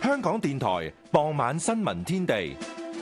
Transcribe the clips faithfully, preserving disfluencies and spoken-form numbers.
香港電台傍晚新聞天地。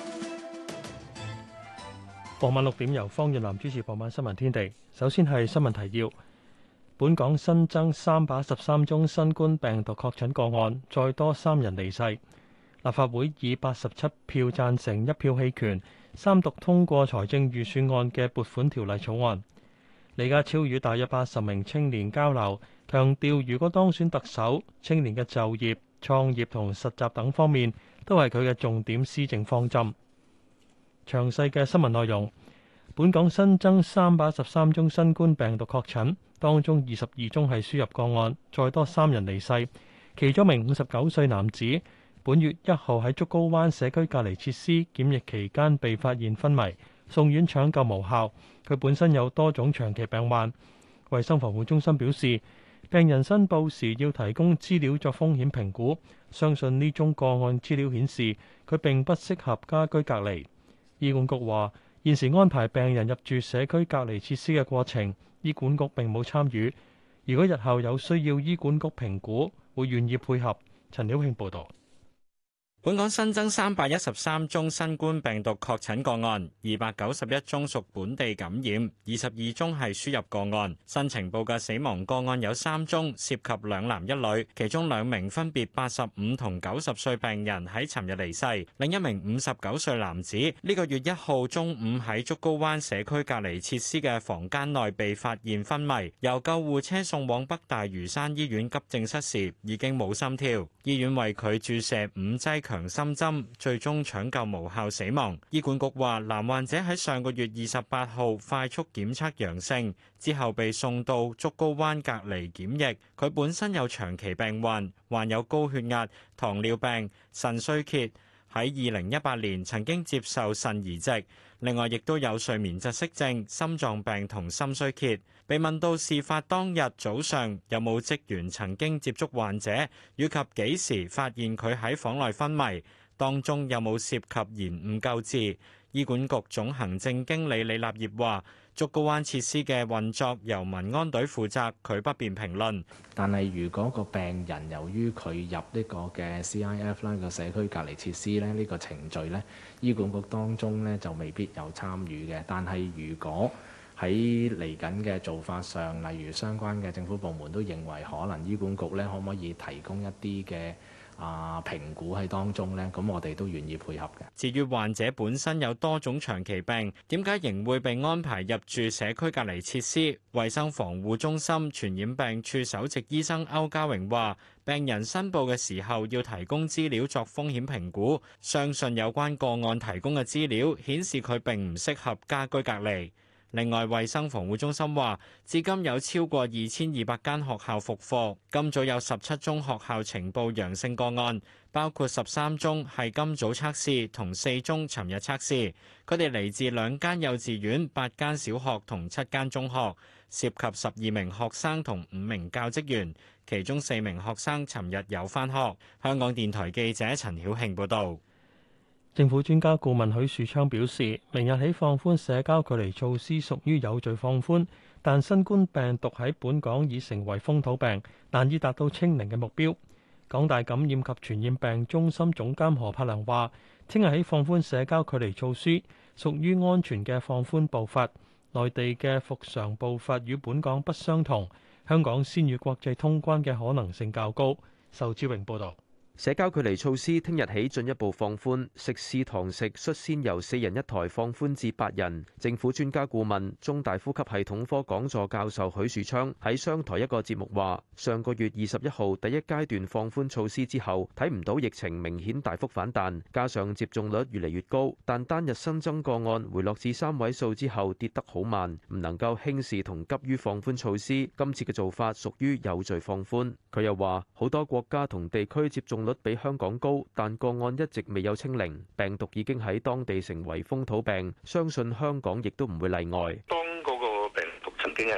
傍晚六點由方潤南主持傍晚新聞天地。首先係新聞提要。本港新增三百一十三宗新冠病毒確診個案，再多三人離世。立法會以八十七票贊成一票棄權，三讀通過財政預算案嘅撥款條例草案。李家超與大約八十名青年交流，強調如果當選特首，青年嘅就業、創業同實習等方面都係佢嘅重點施政方針。詳細嘅新聞內容，本港新增三百一十三宗新冠病毒確診，當中二十二宗係輸入個案，再多三人離世。其中一名五十九歲男子，本月一號喺竹篙灣社區隔離設施檢疫期間被發現昏迷，送院搶救無效。佢本身有多種長期病患。衛生防護中心表示，病人申報時要提供資料作風險評估，相信呢宗個案資料顯示佢並不適合家居隔離。醫管局話，現時安排病人入住社區隔離設施嘅過程，醫管局並冇參與。如果日後有需要醫管局評估，會願意配合。陳曉慶報導。 本港新增三百一十三宗新冠病毒確診個案，二百九十一宗屬本地感染，二十二宗係輸入個案。新呈報嘅死亡個案有三宗，涉及兩男一女，其中兩名分別八十五同九十歲病人喺尋日離世，另一名五十九歲男子呢個月一號中午喺竹篙灣社區隔離設施嘅房間內被發現昏迷，由救護車送往北大嶼山醫院急症室時已經冇心跳，醫院為佢注射五劑強心針，最終搶救無效死亡。醫管局話，男患者喺上個月二十八號快速檢測陽性，之後被送到竹篙灣隔離檢疫。佢本身有長期病患，患有高血壓、糖尿病、腎衰竭，喺二零一八年曾經接受腎移植。另外，亦都有睡眠窒息症、心臟病同心衰竭。被問到事發當日早上有冇職員曾經接觸患者，以及幾時發現佢喺房內昏迷，當中有冇涉及延誤救治，醫管局總行政經理李立業話：竹篙灣設施嘅運作由民安隊負責，佢不便評論。 但係如果個病人由於佢入呢個嘅 C I F 啦個社區隔離設施咧，呢個程序咧，醫管局當中咧就未必有參與嘅。但係如果喺嚟緊嘅做法上，例如相關嘅政府部門都認為可能醫管局咧可唔可以提供一啲嘅啊評估喺當中呢？咁我哋都願意配合嘅。 至於患者本身有多種長期病，點解仍會被安排入住社區隔離設施？衛生防護中心傳染病處首席醫生歐家榮話，病人申報嘅時候要提供資料作風險評估，相信有關個案提供嘅資料顯示佢並唔適合家居隔離。另外，衛生防護中心話，至今有超過二千二百間學校復課，今早有十七宗學校呈報陽性個案，包括十三宗係今早測試同四宗尋日測試。佢哋嚟自兩間幼稚園、八間小學同七間中學，涉及十二名學生同五名教職員，其中四名學生尋日有返學。香港電台記者陳曉慶報導。 政府專家顧問許樹昌表示，明日起放寬社交距離措施屬於有序放寬，但新冠病毒喺本港已成為風土病，難以達到清零嘅目標。港大感染及傳染病中心總監何柏良話，聽日起放寬社交距離措施，屬於安全嘅放寬步伐。內地嘅復常步伐與本港不相同，香港先與國際通關嘅可能性較高。仇志榮報導。 社交距離措施聽日起進一步放寬，食肆堂食率先由四人一台放寬至八人。政府專家顧問、中大呼吸系統科講座教授許樹昌喺商台一個節目話：上個月二十一號第一階段放寬措施之後，睇唔到疫情明顯大幅反彈，加上接種率越嚟越高，但單日新增個案回落至三位數之後跌得好慢，唔能夠輕視同急於放寬措施。今次嘅做法屬於有序放寬。佢又話：好多國家同地區接種率比香港高，但個案一直未有清零，病毒已經喺當地成為風土病，相信香港亦都唔會例外。 當嗰個病毒曾經係喺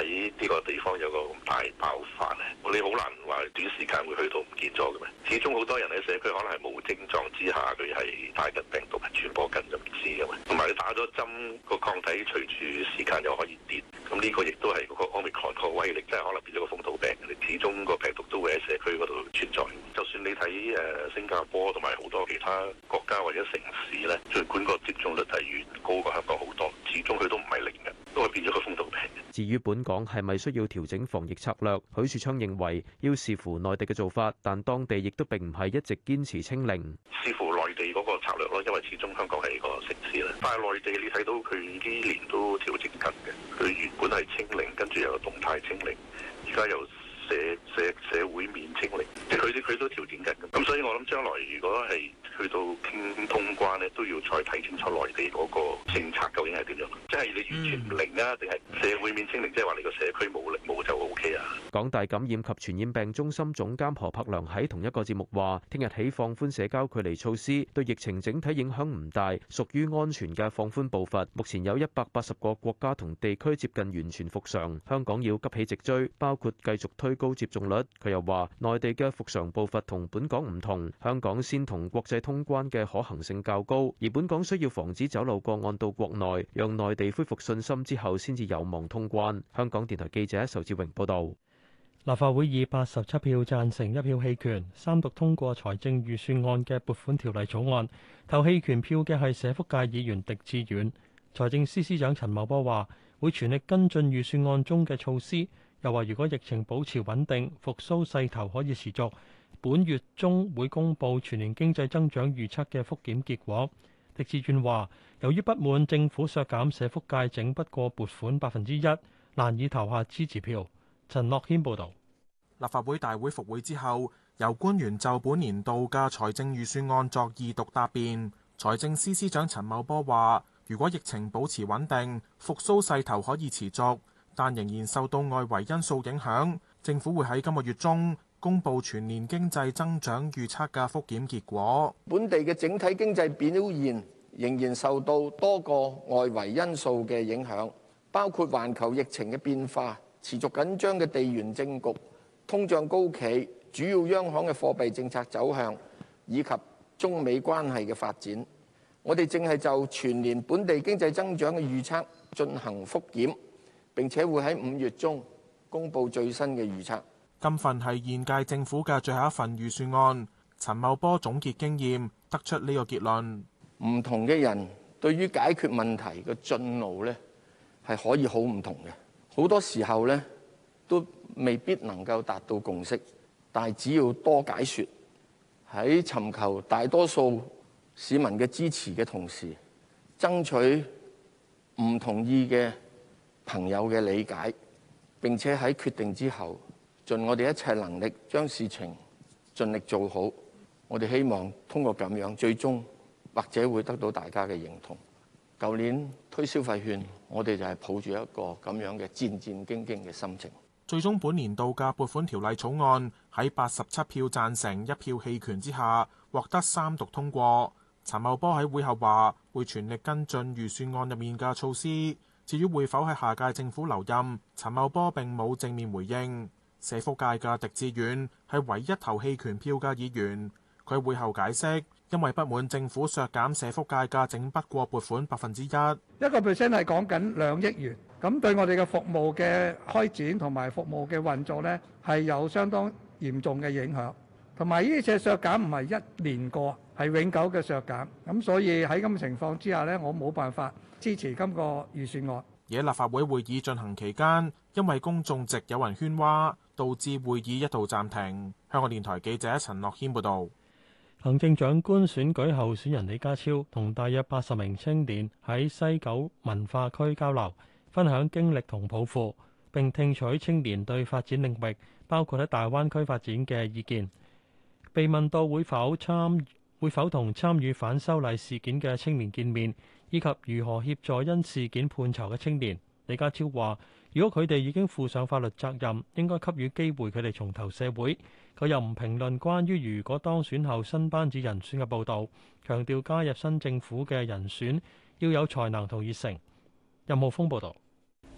喺呢個地方有個咁大爆發咧，你好難話短時間會去到唔見咗嘅咩？始終好多人喺社區可能係冇症狀之下，佢係帶緊病毒係傳播緊就唔知嘅嘛。同埋你打咗針個抗體隨住時間又可以跌，咁呢個亦都係嗰個 Omicron 個威力，即係可能變咗個風土病。你始終個病毒都會喺社區嗰度存在。就算你睇誒新加坡同埋好多其他國家或者城市咧，儘管個接種率係遠高過香港好多，始終佢都唔係零嘅，都係變咗個風土病。 至於本港係咪需要調整防疫策略，許樹昌認為要視乎內地嘅做法，但當地亦都並唔係一直堅持清零。 視乎內地嗰個策略咯，因為始終香港係個城市啦。但係內地你睇到佢呢年都調整緊嘅，佢原本係清零，跟住又動態清零，而家又社社社會面清零，即係佢啲佢都調整緊嘅。咁所以我諗將來如果係去到傾通關咧，都要再睇清楚內地嗰個政策究竟係點樣，即係你完全唔零啊，定係社會面清零，即係話你個社區冇零冇就 O K 啊。 港大感染及傳染病中心總監何柏良喺同一個節目話，聽日起放寬社交距離措施，對疫情整體影響唔大，屬於安全嘅放寬步伐。目前有一百八十個國家同地區接近完全復常，香港要急起直追，包括繼續推高接種率。佢又話，內地嘅復常步伐同本港唔同，香港先同國際通關嘅可行性較高，而本港需要防止走漏個案到國內，讓內地恢復信心之後，先至有望通關。香港電台記者仇志榮報導。 立法會以八十七票贊成、一票棄權，三讀通過財政預算案嘅撥款條例草案。投棄權票嘅係社福界議員狄志遠。財政司司長陳茂波話：會全力跟進預算案中嘅措施，又話如果疫情保持穩定，復甦勢頭可以持續，本月中會公布全年經濟增長預測嘅復檢結果。狄志遠話：由於不滿政府削減社福界整不過撥款百分之一，難以投下支持票。陳樂軒報導。 立法會大會復會之後，由官員就本年度嘅財政預算案作二讀答辯。財政司司長陳茂波話：如果疫情保持穩定，復甦勢頭可以持續，但仍然受到外圍因素影響，政府會喺今個月中公布全年經濟增長預測嘅復檢結果。 本地嘅整體經濟表現仍然受到多個外圍因素嘅影響，包括環球疫情嘅變化、持續緊張嘅地緣政局、通脹高企、主要央行嘅貨幣政策走向，以及中美關係嘅發展。我哋正係就全年本地經濟增長嘅預測進行復檢，並且會喺五月中公布最新嘅預測。 今份係現屆政府嘅最後一份預算案。陳茂波總結經驗，得出呢個結論。 唔同嘅人對於解決問題嘅進路呢，係可以好唔同嘅。好多時候呢，都未必能夠達到共識，但係只要多解説，喺尋求大多數市民嘅支持嘅同時，爭取唔同意嘅朋友嘅理解，並且喺決定之後，盡我哋一切能力將事情盡力做好。我哋希望通過咁樣，最終或者會得到大家嘅認同。舊年推消費券，我哋就係抱住一個咁樣嘅戰戰兢兢嘅心情。 最終本年度嘅撥款條例草案喺八十七票贊成、一票棄權之下，獲得三讀通過。陳茂波喺會後話：會全力跟進預算案入面嘅措施。至於會否喺下屆政府留任，陳茂波並冇正面回應。社福界嘅狄志遠係唯一投棄權票嘅議員。佢會後解釋，因為不滿政府削減社福界嘅整筆過撥款百分之一，一個 percent 係講緊兩億元，咁對我哋嘅服務嘅開展同埋服務嘅運作呢，係有相當嚴重嘅影響。同埋呢隻削減唔係一年過，係永久嘅削減。咁所以喺咁嘅情況之下呢，我冇辦法支持今個預算案。 而喺立法會會議進行期間，因為公眾席有人喧嘩，導致會議一度暫停。香港電台記者陳樂軒報導。 行政長官選舉候選人李家超同大約八十名青年喺西九文化區交流，分享經歷同抱負，並聽取青年對發展領域，包括喺大灣區發展嘅意見。被問到會否參會否同參與反修例事件嘅青年見面，以及如何協助因事件判囚嘅青年，李家超話：如果佢哋已經負上法律責任，應該給予機會佢哋重投社會。佢又唔評論關於如果當選後新班子人選嘅報導，強調加入新政府嘅人選要有才能同熱誠。任浩峰報導。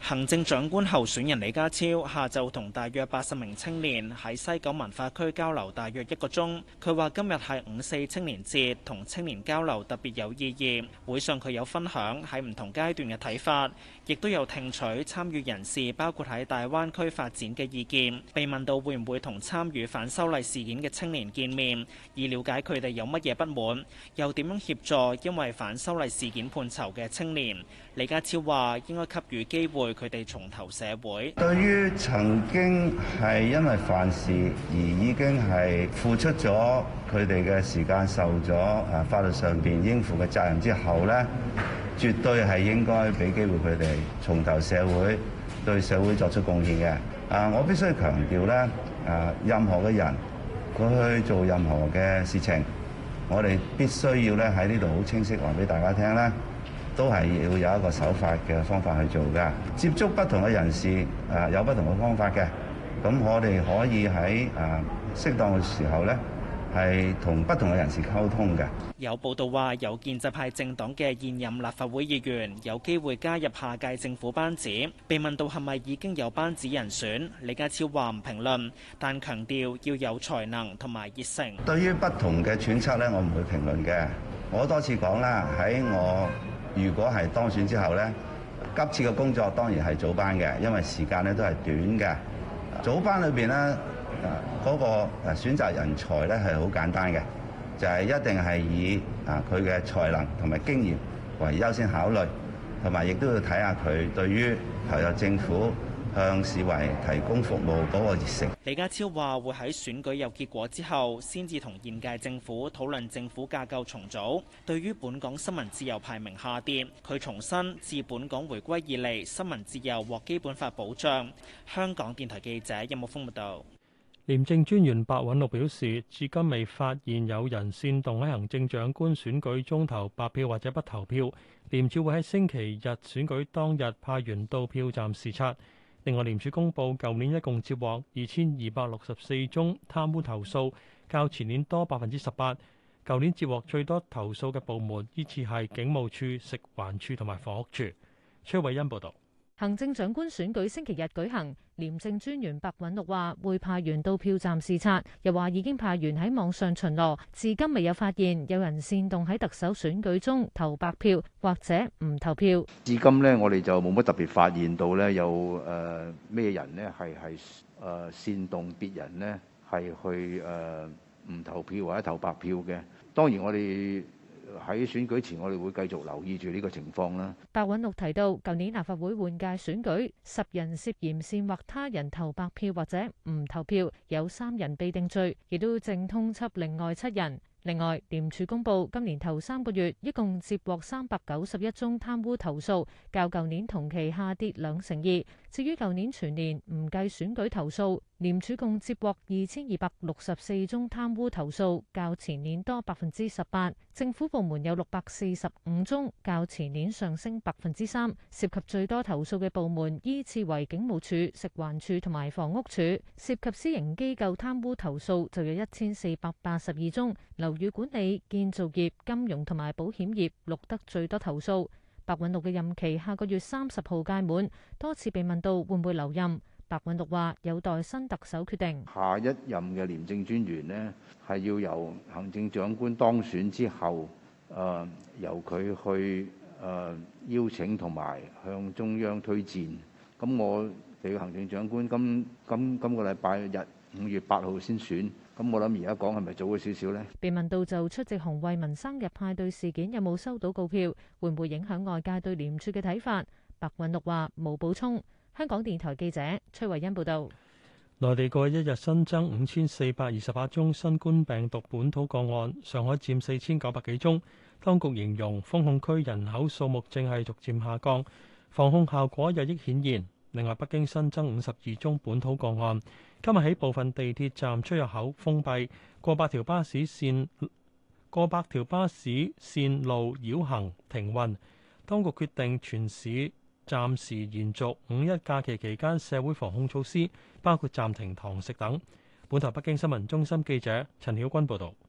行政長官候選人李家超下晝同大約八十名青年喺西九文化區交流大約一個鐘。佢話今日係五四青年節，同青年交流特別有意義。會上佢有分享喺唔同階段嘅睇法，亦都有聽取參與人士包括喺大灣區發展嘅意見。被問到會唔會同參與反修例事件嘅青年見面，以了解佢哋有乜嘢不滿，又點樣協助因為反修例事件判囚嘅青年，李家超話應該給予機會佢哋重投社會。 對於曾經係因為犯事而已經係付出咗佢哋嘅時間，受咗誒法律上邊應負嘅責任之後呢，絕對係應該俾機會佢哋重投社會，對社會作出貢獻嘅。啊，我必須強調咧，誒任何嘅人佢去做任何嘅事情，我哋必須要咧喺呢度好清晰話俾大家聽咧，都係要有一個守法嘅方法去做嘅。接觸不同嘅人士，誒有不同嘅方法嘅。咁我哋可以喺誒適當嘅時候咧，係同不同嘅人士溝通嘅。 有報道話，有建制派政黨嘅現任立法會議員有機會加入下屆政府班子。被問到係咪已經有班子人選，李家超話唔評論，但強調要有才能同埋熱誠。 對於不同嘅揣測咧，我唔會評論嘅。我多次講啦，喺我如果係當選之後咧，今次嘅工作當然係早班嘅，因為時間咧都係短嘅。早班裏邊咧，誒嗰個誒選擇人才咧係好簡單嘅，就係一定係以啊佢嘅才能同埋經驗為優先考慮，同埋亦都要睇下佢對於投入政府向市民提供服務嗰個熱誠。 李家超話會喺選舉有結果之後，先至同現屆政府討論政府架構重組。對於本港新聞自由排名下跌，佢重申自本港回歸以嚟，新聞自由獲基本法保障。香港電台記者任木峰報道。 廉政專員白韞六表示，至今未發現有人煽動喺行政長官選舉中投白票或者不投票。廉署會喺星期日選舉當日派員到票站視察。另外，廉署公布舊年一共接獲二千二百六十四宗貪污投訴，較前年多百分之十八。舊年接獲最多投訴嘅部門依次係警務處、食環署同埋房屋署。崔偉恩報導。 行政長官選舉星期日舉行，廉政專員白韞六話會派員到票站視察，又話已經派員喺網上巡邏，至今未有發現有人煽動喺特首選舉中投白票或者唔投票。 至今呢，我哋就冇乜特別發現到呢有誒咩人呢係係誒煽動別人呢係去誒唔投票或者投白票嘅。當然我哋喺選舉前，我哋會繼續留意住呢個情況啦。 白韞六提到，舊年立法會換屆選舉，十人涉嫌煽惑他人投白票或者唔投票，有三人被定罪，亦都正通緝另外七人。另外，廉署公布今年頭三個月一共接獲三百九十一宗貪污投訴，較舊年同期下跌兩成二。至於舊年全年唔計選舉投訴，廉署共接獲二千二百六十四宗貪污投訴，較前年多百分之十八。政府部門有六百四十五宗，較前年上升百分之三。涉及最多投訴嘅部門依次為警務處、食環署同埋房屋署。涉及私營機構貪污投訴就有一千四百八十二宗。樓宇管理、建造業、金融同埋保險業錄得最多投訴。白韞六嘅任期下個月三十號屆滿，多次被問到會唔會留任，白韞六話有待新特首決定。 下一任嘅廉政專員呢，係要由行政長官當選之後，誒、呃、由佢去誒、呃、邀請同埋向中央推薦。咁我哋嘅行政長官今今今個禮拜日五月八號先選。咁我諗而家講係咪早咗少少呢？ 被問到就出席洪為民生日派對事件有冇收到告票，會唔會影響外界對廉署嘅睇法？白韞六話冇補充。香港電台記者崔慧欣報道。 內地過去一日新增五千四百二十八宗新冠病毒本土個案，上海佔四千九百幾宗。當局形容封控區人口數目正係逐漸下降，防控效果日益顯現。另外，北京新增五十二宗本土個案。今日起部分地鐵站出入口封閉，過百條巴士線過百條巴士線路繞行停運。當局決定全市暫時延續五一假期期間社會防控措施，包括暫停堂食等。本台北京新聞中心記者陳曉君報導。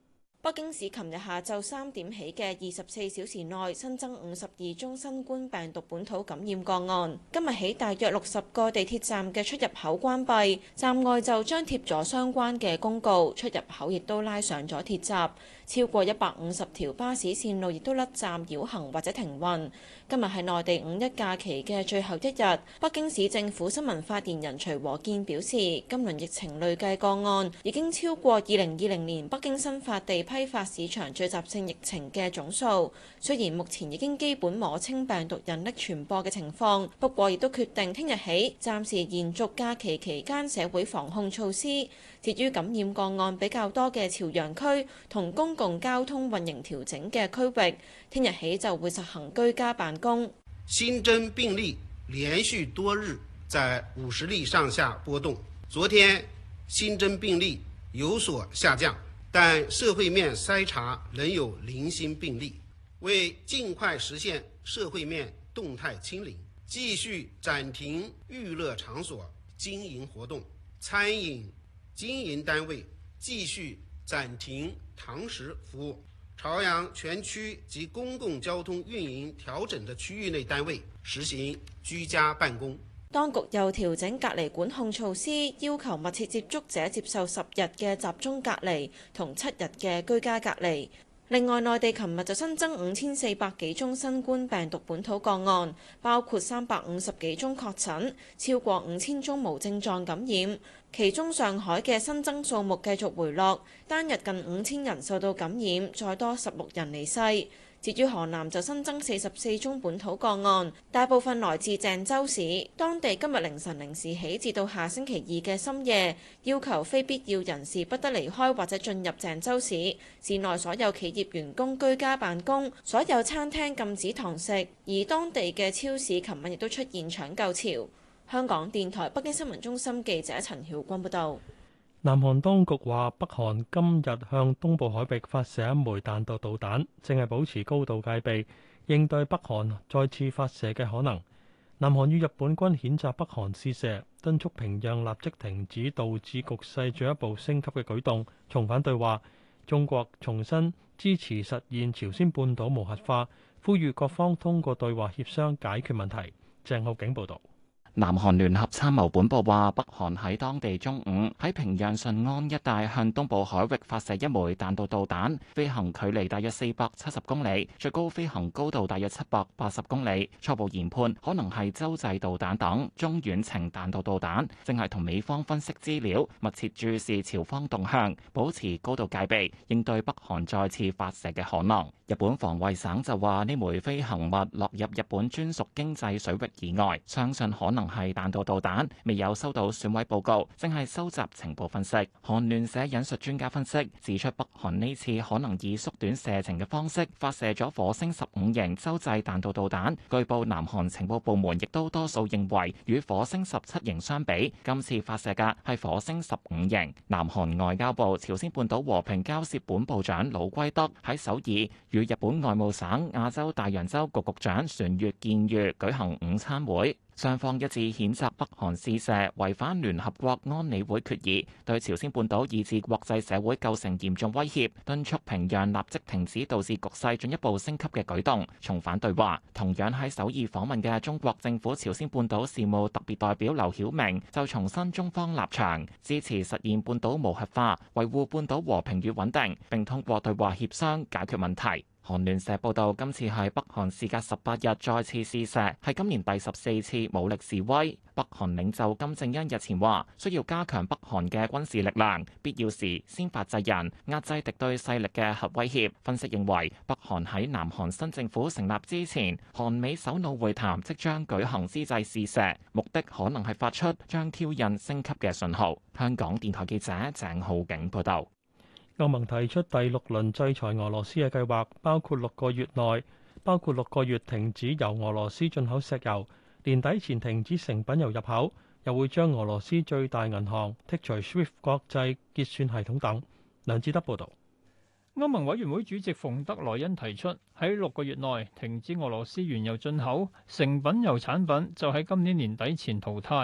北京市琴日下晝三點起嘅二十四小時內新增五十二宗新冠病毒本土感染個案。今日起，大約六十個地鐵站嘅出入口關閉，站外就張貼咗相關嘅公告，出入口亦都拉上咗鐵閘。超過一百五十條巴士線路亦都甩站繞行或者停運。今日係內地五一假期嘅最後一日，北京市政府新聞發言人徐和建表示，今輪疫情累計個案已經超過二零二零年北京新發地批發市場聚集性疫情嘅總數。雖然目前已經基本摸清病毒隱匿傳播嘅情況，不過亦都決定聽日起暫時延續假期期間社會防控措施。至於感染個案比較多嘅朝陽區同公共交通運營調整嘅區域，聽日起就會實行居家辦公。 新增病例連續多日在五十例上下波動，昨天新增病例有所下降，但社會面篩查仍有零星病例。為盡快實現社會面動態清零，繼續暫停娛樂場所經營活動，餐飲經營單位繼續暫停堂食服務，朝陽全區及公共交通運營調整的區域內單位實行居家辦公。 當局又調整隔離管控措施，要求密切接觸者接受十日嘅集中隔離同七日嘅居家隔離。另外，內地琴日就新增五千四百幾宗新冠病毒本土個案，包括三百五十幾宗確診，超過五千宗無症狀感染。其中上海嘅新增數目繼續回落，單日近五千人受到感染，再多十六人離世。至於河南就新增四十四宗本土個案，大部分來自鄭州市。當地今日凌晨零時起至到下星期二嘅深夜，要求非必要人士不得離開或者進入鄭州市。市內所有企業員工居家辦公，所有餐廳禁止堂食。而當地嘅超市琴晚亦都出現搶購潮。香港電台北京新聞中心記者陳曉君報導。 南韓當局話，北韓今日向東部海域發射一枚彈道導彈，正係保持高度戒備，應對北韓再次發射嘅可能。南韓與日本軍譴責北韓試射，敦促平壤立即停止導致局勢進一步升級嘅舉動，重返對話。中國重申支持實現朝鮮半島無核化，呼籲各方通過對話協商解決問題。鄭浩景報導。 南韓聯合參謀本部話，北韓喺當地中午喺平壤順安一帶向東部海域發射一枚彈道導彈，飛行距離大約四百七十公里，最高飛行高度大約七百八十公里。初步研判可能係洲際導彈等中遠程彈道導彈，正係同美方分析資料，密切注視朝方動向，保持高度戒備，應對北韓再次發射嘅可能。日本防衛省就話，呢枚飛行物落入日本專屬經濟水域以外，相信可能係彈道導彈，未有收到損毀報告，正係收集情報分析。韓聯社引述專家分析，指出北韓呢次可能以縮短射程嘅方式發射咗火星十五型洲際彈道導彈。據報南韓情報部門亦都多數認為，與火星十七型相比，今次發射嘅係火星十五型。南韓外交部朝鮮半島和平交涉本部長魯圭德喺首爾與日本外務省亞洲大洋洲局局長船越健裕舉行午餐會。雙方一致譴責北韓試射違反聯合國安理會決議，對朝鮮半島以至國際社會構成嚴重威脅，敦促平壤立即停止導致局勢進一步升級嘅舉動，重返對話。同樣喺首爾訪問嘅中國政府朝鮮半島事務特別代表劉曉明就重申中方立場，支持實現半島無核化，維護半島和平與穩定，並通過對話協商解決問題。韓聯社報道，今次係北韓事隔十八日再次試射，係今年第十四次武力示威。北韓領袖金正恩日前話，需要加強北韓嘅軍事力量，必要時先發制人，壓制敵對勢力嘅核威脅。分析認為，北韓喺南韓新政府成立之前，韓美首腦會談即將舉行之際試射，目的可能係發出將挑釁升級嘅信號。香港電台記者鄭浩景報道。 歐盟提出第六輪制裁俄羅斯嘅計劃，包括六個月內，包括六個月停止由俄羅斯進口石油，年底前停止成品油入口，又會將俄羅斯最大銀行剔除 SWIFT 國際結算系統等。梁志德報導。 歐盟委員會主席馮德萊恩提出喺六個月內停止俄羅斯原油進口，成品油產品就喺今年年底前淘汰。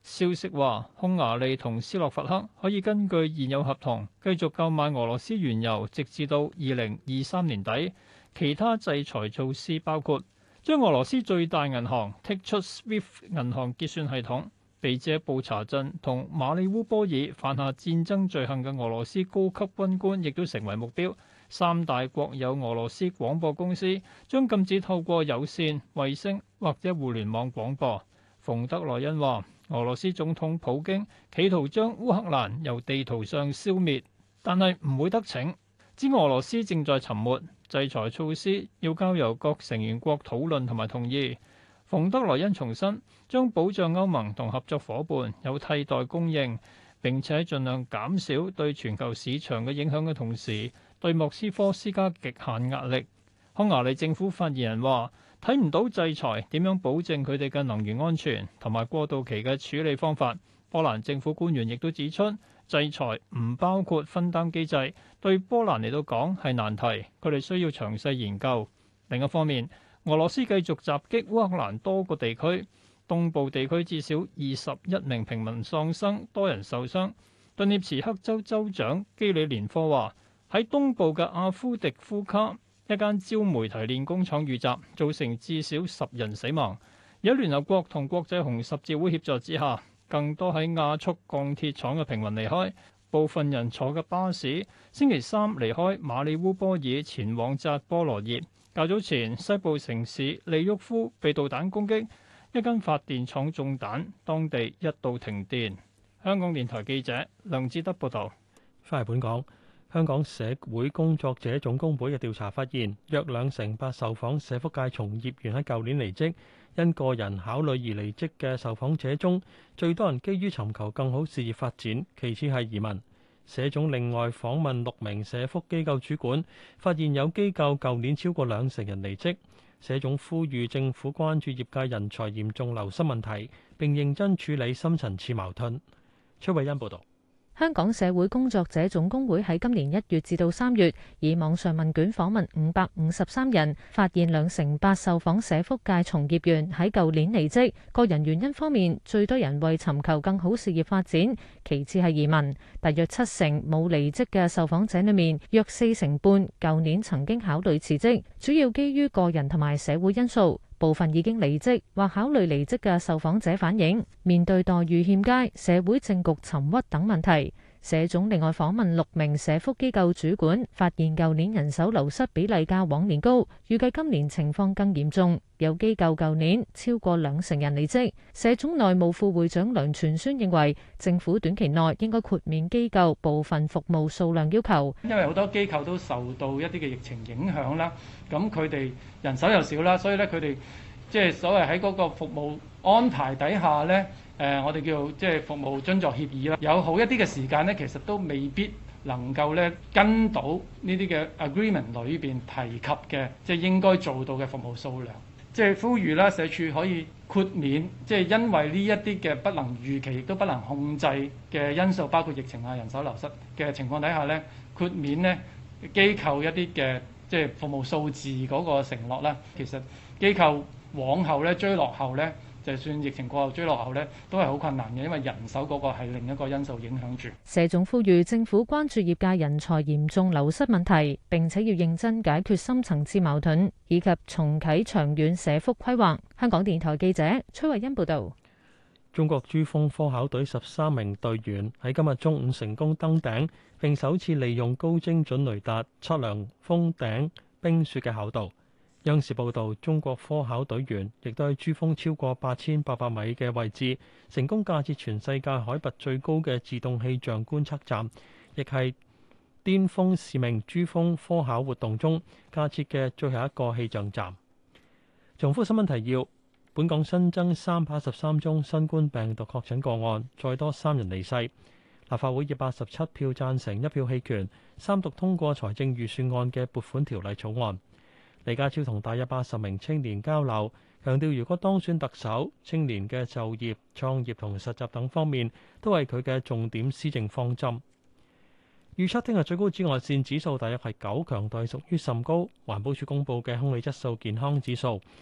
消息話，匈牙利同斯洛伐克可以根據現有合同繼續購買俄羅斯原油，直至到二零二三年底。其他制裁措施包括將俄羅斯最大銀行剔出 SWIFT 銀行結算系統，被指布查鎮同馬里烏波爾犯下戰爭罪行嘅俄羅斯高級軍官亦都成為目標。三大國有俄羅斯廣播公司將禁止透過有線、衛星或者互聯網廣播。馮德萊恩話：俄羅斯總統普京企圖將烏克蘭由地圖上消滅，但係唔會得逞。指俄羅斯正在沉沒，制裁措施要交由各成員國討論同埋同意。馮德萊恩重申，將保障歐盟同合作伙伴有替代供應，並且盡量減少對全球市場嘅影響嘅同時，對莫斯科施加極限壓力。匈牙利政府發言人話：睇唔到制裁點樣保證佢哋嘅能源安全同埋過渡期嘅處理方法。波蘭政府官員亦都指出，制裁唔包括分擔機制，對波蘭嚟到講係難題，佢哋需要詳細研究。另一方面，俄羅斯繼續襲擊烏克蘭多個地區，東部地區至少二十一名平民喪生，多人受傷。頓涅茨克州州長基里連科話：喺東部嘅阿夫迪夫卡一間焦煤提煉工廠遇襲，造成至少十人死亡。有聯合國同國際紅十字會協助之下，更多喺亞速鋼鐵廠嘅平民離開，部分人坐嘅巴士星期三離開馬里烏波爾前往扎波羅熱。較早前，西部城市利沃夫被導彈攻擊，一間發電廠中彈，當地一度停電。香港電台記者梁志德報道。 翻嚟本港，香港社會工作者總工會嘅調查發現，約兩成八受訪社福界從業員喺舊年離職。因個人考慮而離職嘅受訪者中，最多人基於尋求更好事業發展，其次係移民。社總另外訪問六名社福機構主管，發現有機構舊年超過兩成人離職。社總呼籲政府關注業界人才嚴重流失問題，並認真處理深層次矛盾。崔慧欣報導。 香港社會工作者總工會喺今年一月至到三月，以網上問卷訪問五百五十三人，發現兩成八受訪社福界從業員喺舊年離職。個人原因方面，最多人為尋求更好事業發展，其次係移民。大約七成冇離職嘅受訪者裏面，約四成半舊年曾經考慮辭職，主要基於個人同埋社會因素。部分已經離職或考慮離職嘅受訪者反映，面對待遇欠佳、社會政局沉鬱等問題。社總另外訪問六名社福機構主管，發現舊年人手流失比例較往年高，預計今年情況更嚴重。有機構舊年超過兩成人離職。社總內務副會長梁傳宣認為，政府短期內應該豁免機構部分服務數量要求， 因為好多機構都受到一啲嘅疫情影響啦，咁佢哋人手又少啦，所以咧佢哋即係所謂喺嗰個服務安排底下咧。誒、呃，我哋叫即係服務津助協議啦，有好一啲嘅時間咧，其實都未必能夠咧跟到呢啲嘅 agreement 裏邊提及嘅，即係應該做到嘅服務數量。即係呼籲啦，社署可以豁免，即係因為呢一啲嘅不能預期亦都不能控制嘅因素，包括疫情啊、人手流失嘅情況底下咧，豁免咧機構一啲嘅即係服務數字嗰個承諾啦。其實機構往後咧追落後咧。就算疫情過後追落後呢，都係好困難嘅，因為人手嗰個係另一個因素影響住。 社總呼籲政府關注業界人才嚴重流失問題，並且要認真解決深層次矛盾，以及重啟長遠社福規劃。香港電台記者崔慧欣報導。 中國珠峰科考隊十三名隊員喺今日中午成功登頂，並首次利用高精準雷達測量峰頂冰雪嘅厚度。央視報導，中國科考隊員亦都喺珠峰超過八千八百米嘅位置，成功架設全世界海拔最高嘅自動氣象觀測站，亦係巔峰使命珠峰科考活動中架設嘅最後一個氣象站。重複新聞提要：本港新增三百一十三宗新冠病毒確診個案，再多三人離世。立法會以八十七票贊成、一票棄權，三讀通過財政預算案嘅撥款條例草案。李家超同大約八十名青年交流，強調如果當選特首，青年嘅就業、創業同實習等方面都係佢嘅重點施政方針。預測聽日最高紫外線指數大約係九，強度屬於甚高。環保署公佈嘅空氣質素健康指數，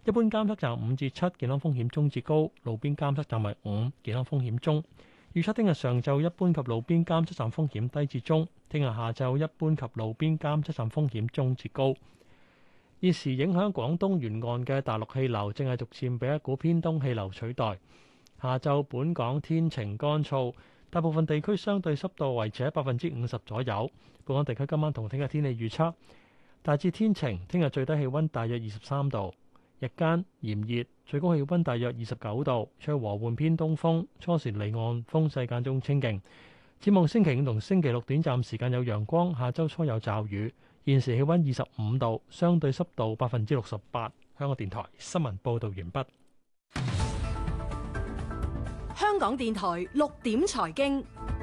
一般監測站五至七，健康風險中至高；路邊監測站係五，健康風險中。預測聽日上晝一般及路邊監測站風險低至中，聽日下晝一般及路邊監測站風險中至高。現時影響廣東沿岸嘅大陸氣流正係逐漸被一股偏東氣流取代。下晝本港天晴乾燥，大部分地區相對濕度維持喺百分之五十左右。本港地區今晚同聽日天氣預測大致天晴，聽日最低氣温大約二十三度。日間炎熱，最高氣温大約二十九度，吹和緩偏東風，初時離岸風勢間中清勁。展望星期五同星期六短暫時間有陽光，下周初有驟雨。現時氣温二十五度，相對濕度百分之六十八。香港電台新聞報導完畢。 香港電台六點財經。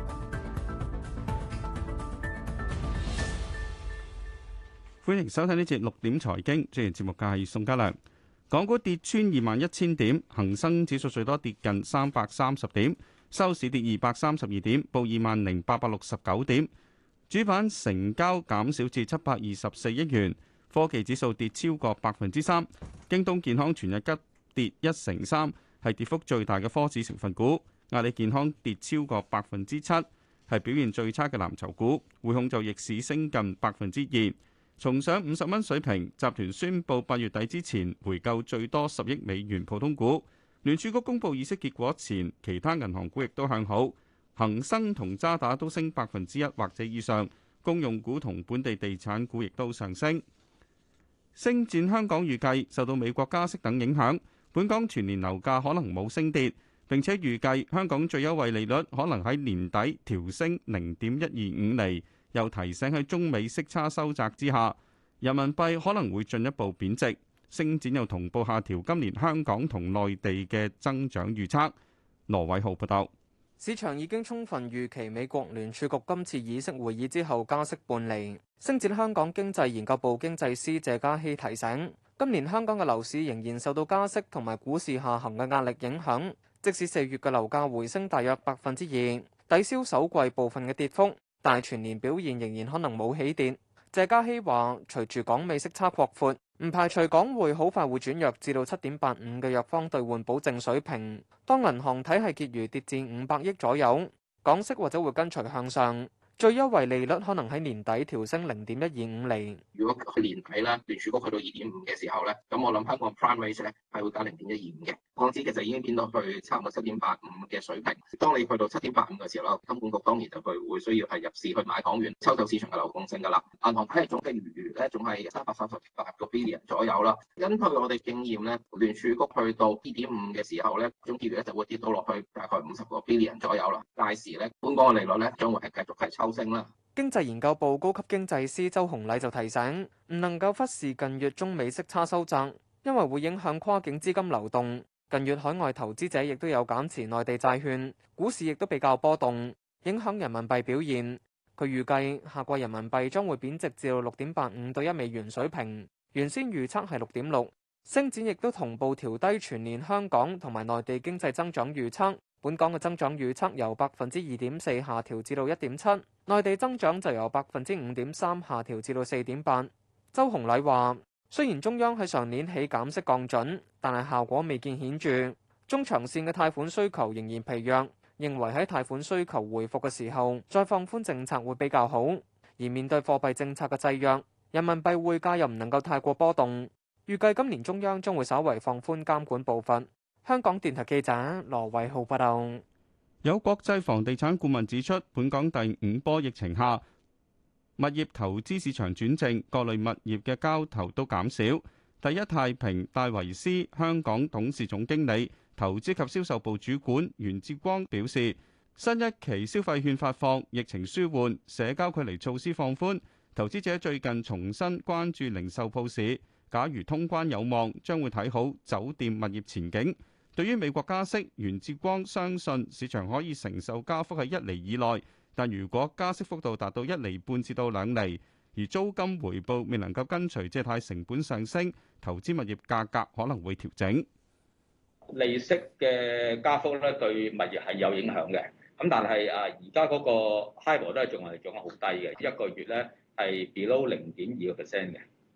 歡迎收睇呢節六點財經，主持節目嘅係宋家良。港股跌穿二萬一千點，恒生指數最多跌近三百三十點，收市跌二百三十二點，報二萬零八百六十九點。主板成交減少至七百二十四億元，科技指數跌超過百分之三。京東健康全日急跌一成三，係跌幅最大嘅科指成分股。阿里健康跌超過百分之七，係表現最差嘅藍籌股。匯控就逆市升近百分之二。重上五十蚊水平，集團宣布八月底之前回購最多十億美元普通股。聯儲局公布議息結果前，其他銀行股亦都向好，恒生同渣打都升百分之一或者以上，公用股同本地地產股亦都上升。星展香港預計受到美國加息等影響，本港全年樓價可能冇升跌，並且預計香港最優惠利率可能喺年底調升零點一二五厘。又提醒喺中美息差收窄之下，人民幣可能會進一步貶值。星展又同步下調今年香港同內地嘅增長預測。羅偉浩報道。 市場已經充分預期美國聯儲局今次議息會議之後加息半釐。星展香港經濟研究部經濟師謝嘉熙提醒，今年香港嘅樓市仍然受到加息同埋股市下行嘅壓力影響，即使四月嘅樓價回升大約百分之二，抵消首季部分嘅跌幅，但係全年表現仍然可能冇起跌。謝嘉熙話，隨住港美息差擴闊，唔排除港匯好快會轉弱至到七點八五嘅弱方兌換保證水平。當銀行體系結餘跌至五百億左右，港息或者會跟隨向上。最優惠利率可能喺年底調升零點一二五厘。 如果去年底咧，聯儲局去到二點五嘅時候咧，咁我諗香港 prime rate 咧係會加零點一二五嘅。港紙其實已經變到去差唔多七點八五嘅水平。當你去到七點八五嘅時候啦，金管局當然就佢會需要係入市去買港元，抽走市場嘅流動性㗎啦。銀行體系總嘅餘餘咧，仲係三百三十八個 billion 左右啦。根據我哋經驗咧，聯儲局去到二點五嘅時候咧，總結餘咧就會跌到落去大概五十個 billion 左右啦。屆時咧，本港嘅利率咧將會係繼續係抽升啦。 經濟研究部高級經濟師周洪禮就提醒，唔能夠忽視近月中美息差收窄，因為會影響跨境資金流動。近月海外投資者亦都有減持內地債券，股市亦都比較波動，影響人民幣表現。佢預計下季人民幣將會貶值至到六點八五對一美元水平，原先預測係六點六。星展亦都同步調低全年香港同埋內地經濟增長預測。本港嘅增長預測由百分之二點四下調至到一點七，內地增長就由百分之五點三下調至到四點八。周洪禮話：雖然中央喺上年起減息降準，但係效果未見顯著，中長線嘅貸款需求仍然疲弱，認為喺貸款需求回復嘅時候再放寬政策會比較好。而面對貨幣政策嘅制約，人民幣匯價又唔能夠太過波動，預計今年中央將會稍為放寬監管步伐。香港電台記者羅偉浩報道。 有國際房地產顧問指出，本港第五波疫情下，物業投資市場轉正，各類物業嘅交投都減少。第一太平戴維斯香港董事總經理、投資及銷售部主管袁志光表示，新一期消費券發放，疫情舒緩，社交距離措施放寬，投資者最近重新關注零售鋪市。假如通關有望，將會睇好酒店物業前景。對於美國加息，袁志光相信市場可以承受加幅喺一厘以內，但如果加息幅度達到一厘半至到兩厘，而租金回報未能夠跟隨借貸成本上升，投資物業價格可能會調整。 利息嘅加幅咧對物業係有影響嘅，咁但係啊而家嗰個 HIBOR都係仲係仲係好低嘅，一個月咧係 below 零點二個 percent 嘅。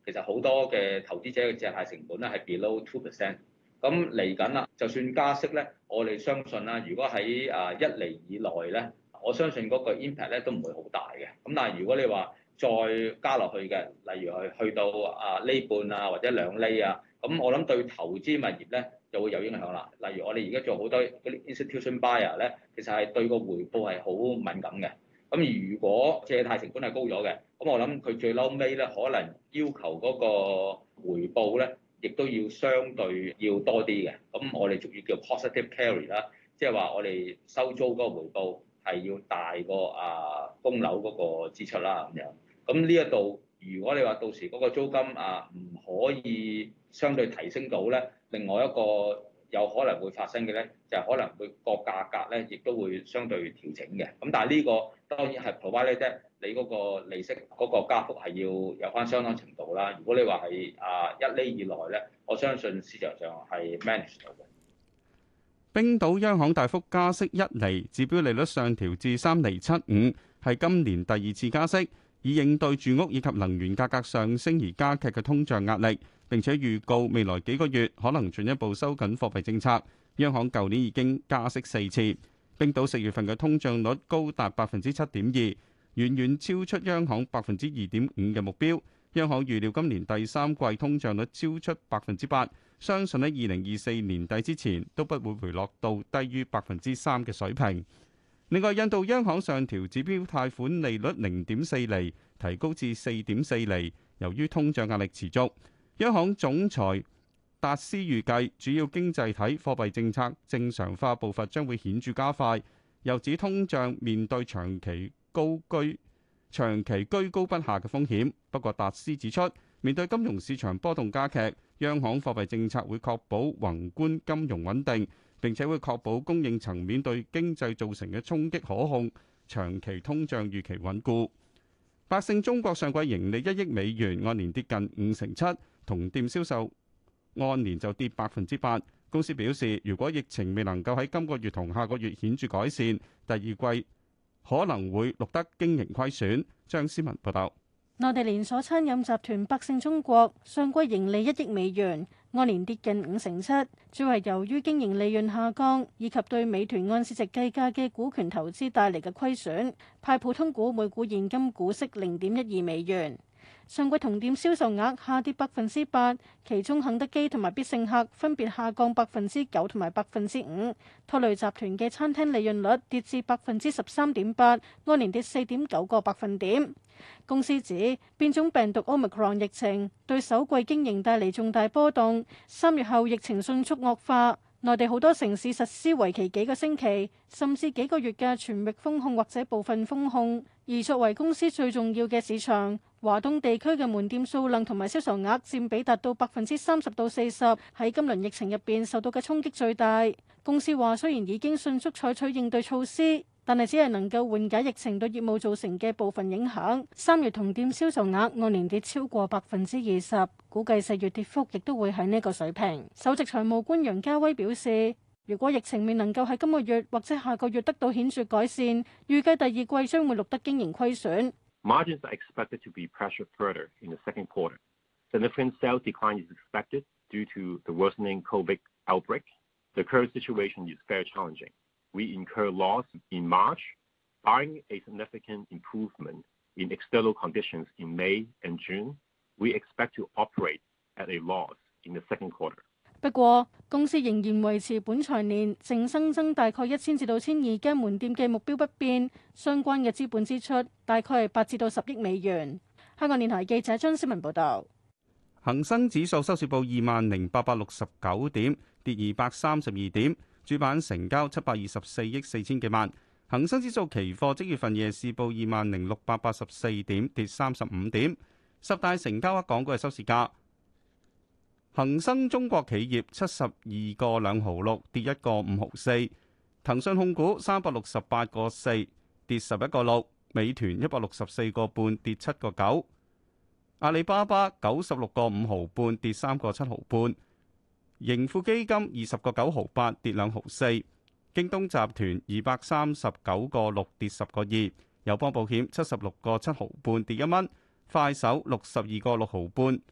其實好多嘅投資者嘅借貸成本咧係 below two percent。咁嚟緊啦，就算加息咧，我哋相信啦，如果喺啊一厘以內咧，我相信嗰個 impact 咧都唔會好大嘅。咁但係如果你話再加落去嘅，例如去去到啊厘半啊或者兩厘啊，咁我諗對投資物業咧就會有影響啦。例如我哋而家做好多嗰啲 institution buyer 咧，其實係對個回報係好敏感嘅。咁如果借貸成本係高咗嘅，咁我諗佢最嬲尾咧，可能要求嗰個回報咧，亦都要相對要多啲嘅。咁我哋俗語叫 positive carry 啦，即係話我哋收租嗰個回報係要大過啊供樓嗰個支出啦咁樣。咁呢一度，如果你話到時嗰個租金啊唔可以相對提升到咧，另外一個有可能會發生嘅咧，就係、是、可能會個價格咧，亦都會相對調整嘅。咁但係呢個當然係 provide 啫，你嗰個利息嗰個加幅係要有翻相當程度啦。如果你話係啊一厘以內咧，我相信市場上係 manage 到嘅。 冰島央行大幅加息一厘，指標利率上調至三厘七五，係今年第二次加息，以應對住屋以及能源價格上升而加劇嘅通脹壓力。並且預告未來幾個月可能進一步收緊貨幣政策。央行舊年已經加息四次。冰島四月份嘅通脹率高達百分之七點二，遠遠超出央行百分之二點五嘅目標。央行預料今年第三季通脹率超出百分之八，相信喺二零二四年底之前都不會回落到低於百分之三嘅水平。另外，印度央行上調指標貸款利率零點四厘，提高至四點四厘，由於通脹壓力持續。央行總裁達斯預計，主要經濟體貨幣政策正常化步伐將會顯著加快。又指通脹面對長期高居長期居高不下嘅風險。不過，達斯指出，面對金融市場波動加劇，央行貨幣政策會確保宏觀金融穩定，並且會確保供應層面對經濟造成嘅衝擊可控，長期通脹預期穩固。百勝中國上季盈利一億美元，按年跌近五成七。同店銷售按年就跌百分之八。公司表示，如果疫情未能夠喺今個月同下個月顯著改善，第二季可能會錄得經營虧損。張思文報道。 內地連鎖餐飲集團百勝中國上季盈利一億美元，按年跌近五成七，主要係由於經營利潤下降，以及對美團按市值計價嘅股權投資帶嚟嘅虧損。派普通股每股現金股息零點一二美元。上季同店銷售額下跌百分之八，其中肯德基同埋必勝客分別下降百分之九同埋百分之五，拖累集團嘅餐廳利潤率跌至百分之十三點八，按年跌四點九個百分點。公司指變種病毒 Omicron 疫情對首季經營帶嚟重大波動，三月後疫情迅速惡化。內地好多城市實施為期幾個星期，甚至幾個月嘅全域封控或者部分封控。而作為公司最重要嘅市場，華東地區嘅門店數量同埋銷售額佔比達到百分之三十到四十，喺今輪疫情入邊受到嘅衝擊最大。公司話雖然已經迅速採取應對措施，但係只係能夠緩解疫情對業務造成嘅部分影響。三月同店銷售額按年跌超過百分之二十，估計四月跌幅亦都會喺呢個水平。首席財務官楊家威表示，如果疫情未能夠喺今個月或者下個月得到顯著改善，預計第二季將會錄得經營虧損。 Margins are expected to be pressured further in the second quarter. Significant sales decline is expected due to the worsening COVID outbreak. The current situation is very challenging. We incur loss in March, barring a significant improvement in external conditions in May and June. We expect to operate at a loss in the second quarter. 不過，公司仍然維持本財年淨新增大概一千至到千二間門店嘅目標不變，相關嘅資本支出大概係八至到十億美元。香港電台記者張思文報道。 恒生指數收市報二萬零八百六十九點，跌二百三十二點，主板成交七百二十四億四千幾萬。恒生指數期貨即月份夜市報二萬零六百八十四點，跌三十五點。十大成交額港股嘅收市價。恒生中國企業七十二個兩毫六，跌一個五毫四。騰訊控股三百六十八個四，跌十一個六。美團一百六十四個半，跌七個九。阿里巴巴九十六個五毫半，跌三個七毫半。盈富基金二十個九毫八，跌兩毫四。京東集團二百三十九個六，跌十個二。友邦保險七十六個七毫半，跌一蚊。快手六十二個六毫半。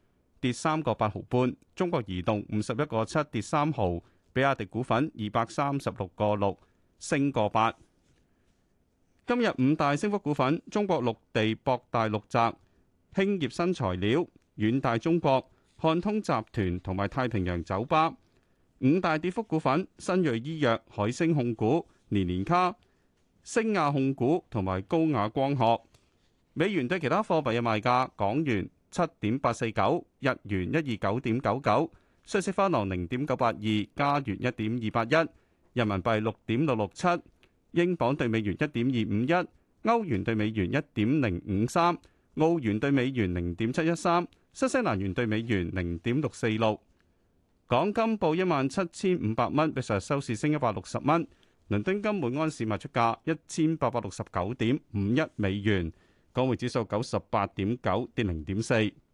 跌三個八毫半。中國移動五十一個七跌三毫。比亞迪股份二百三十六個六升個八。今日五大升幅股份：中國陸地、博大陸澤、興業新材料、遠大中國、漢通集團同埋太平洋酒吧。五大跌幅股份：新銳醫藥、海星控股、年年卡、星亞控股同埋高雅光學。美元對其他貨幣嘅賣價：港元七點八四九，日元一二九點九九，瑞士法郎零點九八二，加元一點二八一，人民幣六點六六七。英鎊兌美元一點二五一，歐元兌美元一點零五三，澳元兌美元零點七一三，新西蘭元兌美元零點六四六。港金報一萬七千五百蚊，比上日收市升一百六十蚊。倫敦金每安士賣出價一千八百六十九點五一美元，港匯指數九十八點九，跌零點四。